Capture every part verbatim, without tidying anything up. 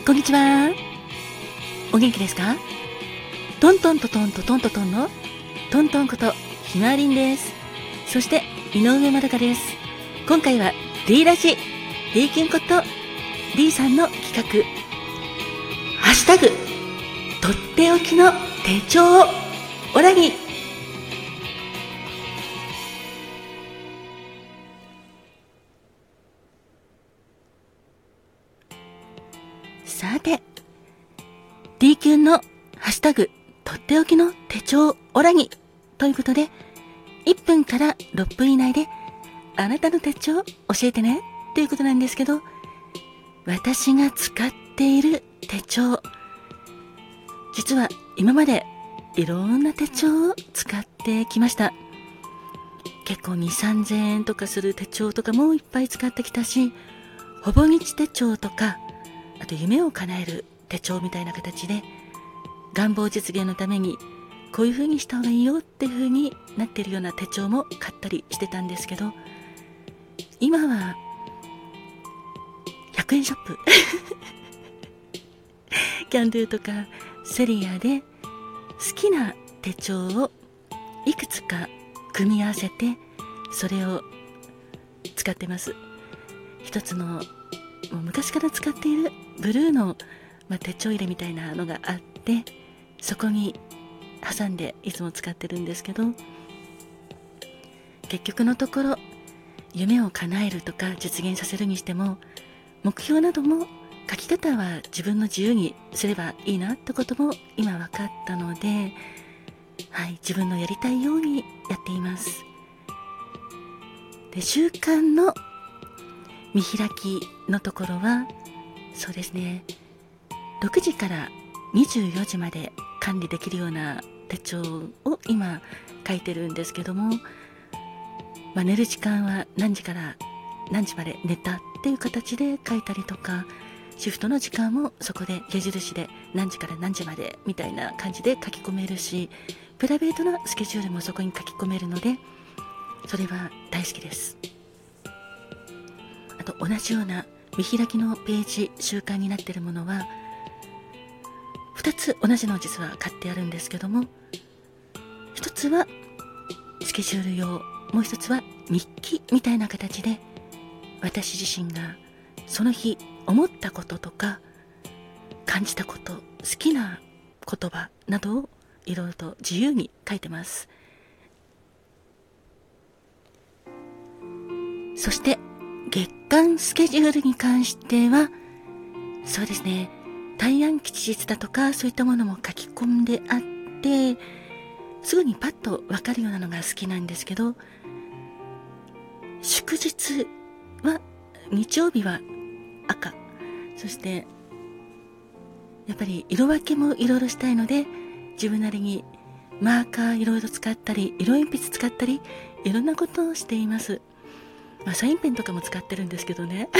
こんにちは。お元気ですか？トントントトントトントトンのトントンことひまわりんです。そして井上まどかです。今回は D ラジ D キュンこと D さんの企画、ハッシュタグとっておきの手帳をオラに。さて D キュンのハッシュタグとっておきの手帳オラにということで、いっぷんからろっぷん以内であなたの手帳教えてねということなんですけど、私が使っている手帳、実は今までいろんな手帳を使ってきました。結構に、さんぜんえんとかする手帳とかもいっぱい使ってきたし、ほぼ日手帳とか、あと夢を叶える手帳みたいな形で、願望実現のためにこういう風にした方がいいよっていう風になっているような手帳も買ったりしてたんですけど、今はひゃくえんショップキャンドゥとかセリアで好きな手帳をいくつか組み合わせて、それを使ってます。一つのもう昔から使っているブルーの、まあ、手帳入れみたいなのがあって、そこに挟んでいつも使ってるんですけど、結局のところ夢を叶えるとか実現させるにしても、目標なども書き方は自分の自由にすればいいなってことも今分かったので、はい、自分のやりたいようにやっています。で、習慣の見開きのところは、そうですね、ろくじからにじゅうよじまで管理できるような手帳を今書いてるんですけども、まあ、寝る時間は何時から何時まで寝たっていう形で書いたりとか、シフトの時間もそこで矢印で何時から何時までみたいな感じで書き込めるし、プライベートなスケジュールもそこに書き込めるので、それは大好きです。あと同じような見開きのページ習慣になっているものはふたつ同じのを実は買ってあるんですけども、ひとつはスケジュール用、もう一つは日記みたいな形で、私自身がその日思ったこととか感じたこと、好きな言葉などをいろいろと自由に書いてます。そして月間スケジュールに関しては、そうですね、大安吉日だとかそういったものも書き込んであって、すぐにパッと分かるようなのが好きなんですけど、祝日は日曜日は赤、そしてやっぱり色分けもいろいろしたいので、自分なりにマーカーいろいろ使ったり、色鉛筆使ったり、いろんなことをしています。まあ、サインペンとかも使ってるんですけどね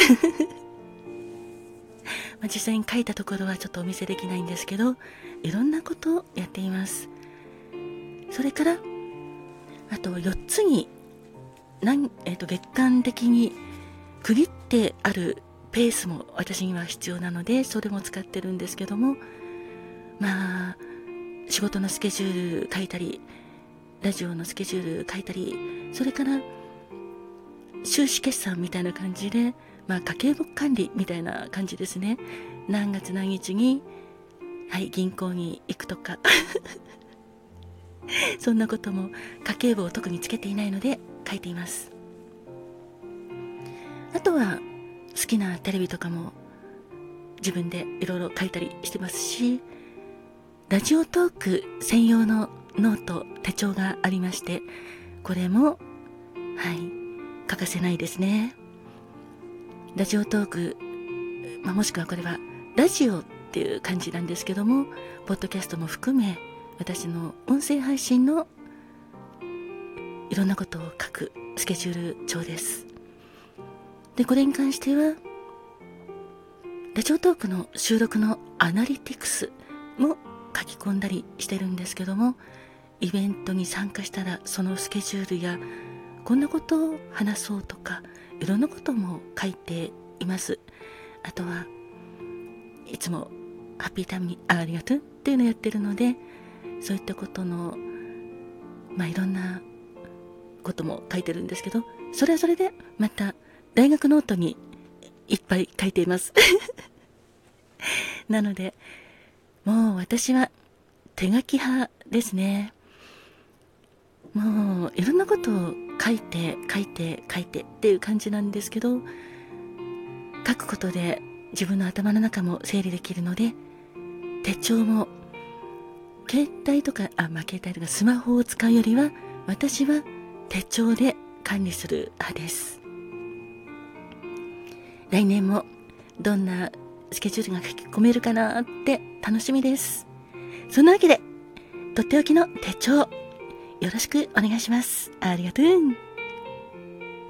まあ実際に書いたところはちょっとお見せできないんですけど、いろんなことをやっています。それからあとよっつになん、えー、と月間的に区切ってあるペースも私には必要なので、それも使ってるんですけども、まあ仕事のスケジュール書いたり、ラジオのスケジュール書いたり、それから収支決算みたいな感じで、まあ家計簿管理みたいな感じですね。何月何日にはい銀行に行くとかそんなことも家計簿を特につけていないので書いています。あとは好きなテレビとかも自分でいろいろ書いたりしてますし、ラジオトーク専用のノート手帳がありまして、これもはい欠かせないですね。ラジオトーク、まあ、もしくはこれはラジオっていう感じなんですけども、ポッドキャストも含め私の音声配信のいろんなことを書くスケジュール帳です。で、これに関してはラジオトークの収録のアナリティクスも書き込んだりしてるんですけども、イベントに参加したらそのスケジュールやこんなことを話そうとか、いろんなことも書いています。あとはいつもハッピータイムにありがとうっていうのをやってるので、そういったことのまあいろんなことも書いてるんですけど、それはそれでまた大学ノートにいっぱい書いていますなのでもう私は手書き派ですね。もういろんなことを書いて書いて書いてっていう感じなんですけど、書くことで自分の頭の中も整理できるので、手帳も携帯とかあ、まあ、携帯とかスマホを使うよりは私は手帳で管理する派です。来年もどんなスケジュールが書き込めるかなって楽しみです。そんなわけでとっておきの手帳よろしくお願いします。ありがとう。